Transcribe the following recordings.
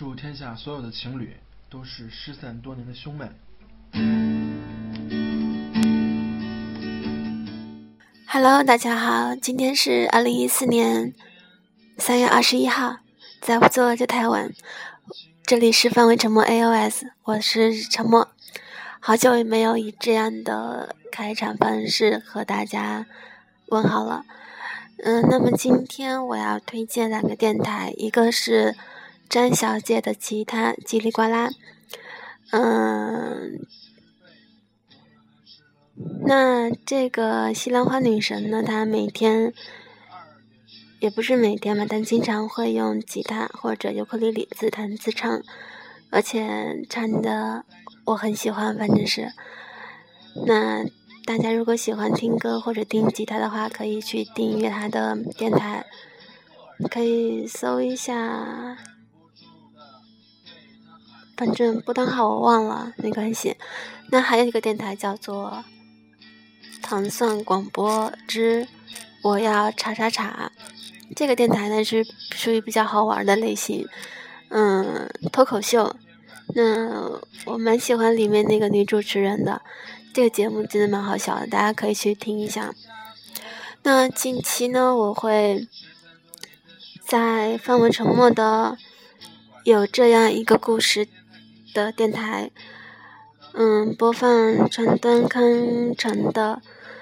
祝天下所有的情侣都是失散多年的兄妹。 Hello， 大家好，今天是2014年3月21号，在不做就台湾，这里是范围沉默 AOS， 我是沉默，好久也没有以这样的开场方式和大家问好了。那么今天我要推荐2个电台，一个是詹小姐的吉他叽里呱啦，那这个西兰花女神呢，她每天也不是每天吧，但经常会用吉他或者尤克里里自弹自唱，而且唱的我很喜欢，反正是。那大家如果喜欢听歌或者听吉他的话，可以去订阅她的电台，可以搜一下，反正拨档号我忘了，没关系。那还有一个电台叫做糖蒜广播之我要查查查，这个电台呢是属于比较好玩的类型，脱口秀。那我蛮喜欢里面那个女主持人的，这个节目真的蛮好笑的，大家可以去听一下。那近期呢，我会在范围沉默的有这样一个故事的电台，播放川端康成的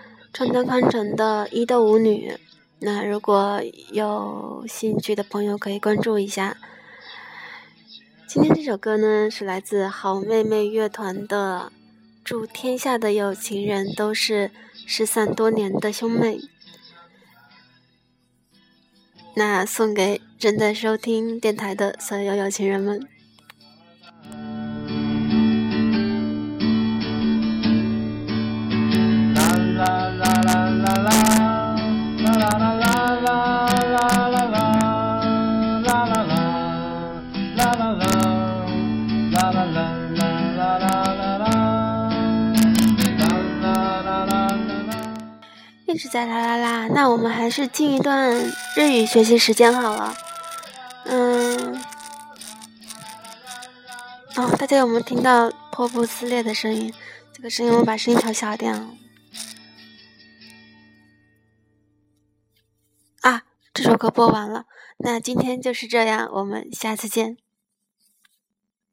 一的舞女。那如果有兴趣的朋友可以关注一下。今天这首歌呢是来自好妹妹乐团的祝天下的有情人都是失散多年的兄妹，那送给正在收听电台的所有有情人们。一直在啦啦啦，那我们还是进一段日语学习时间好了。大家有没有听到破布撕裂的声音？这个声音我把声音调小点了。这首歌播完了，那今天就是这样，我们下次见。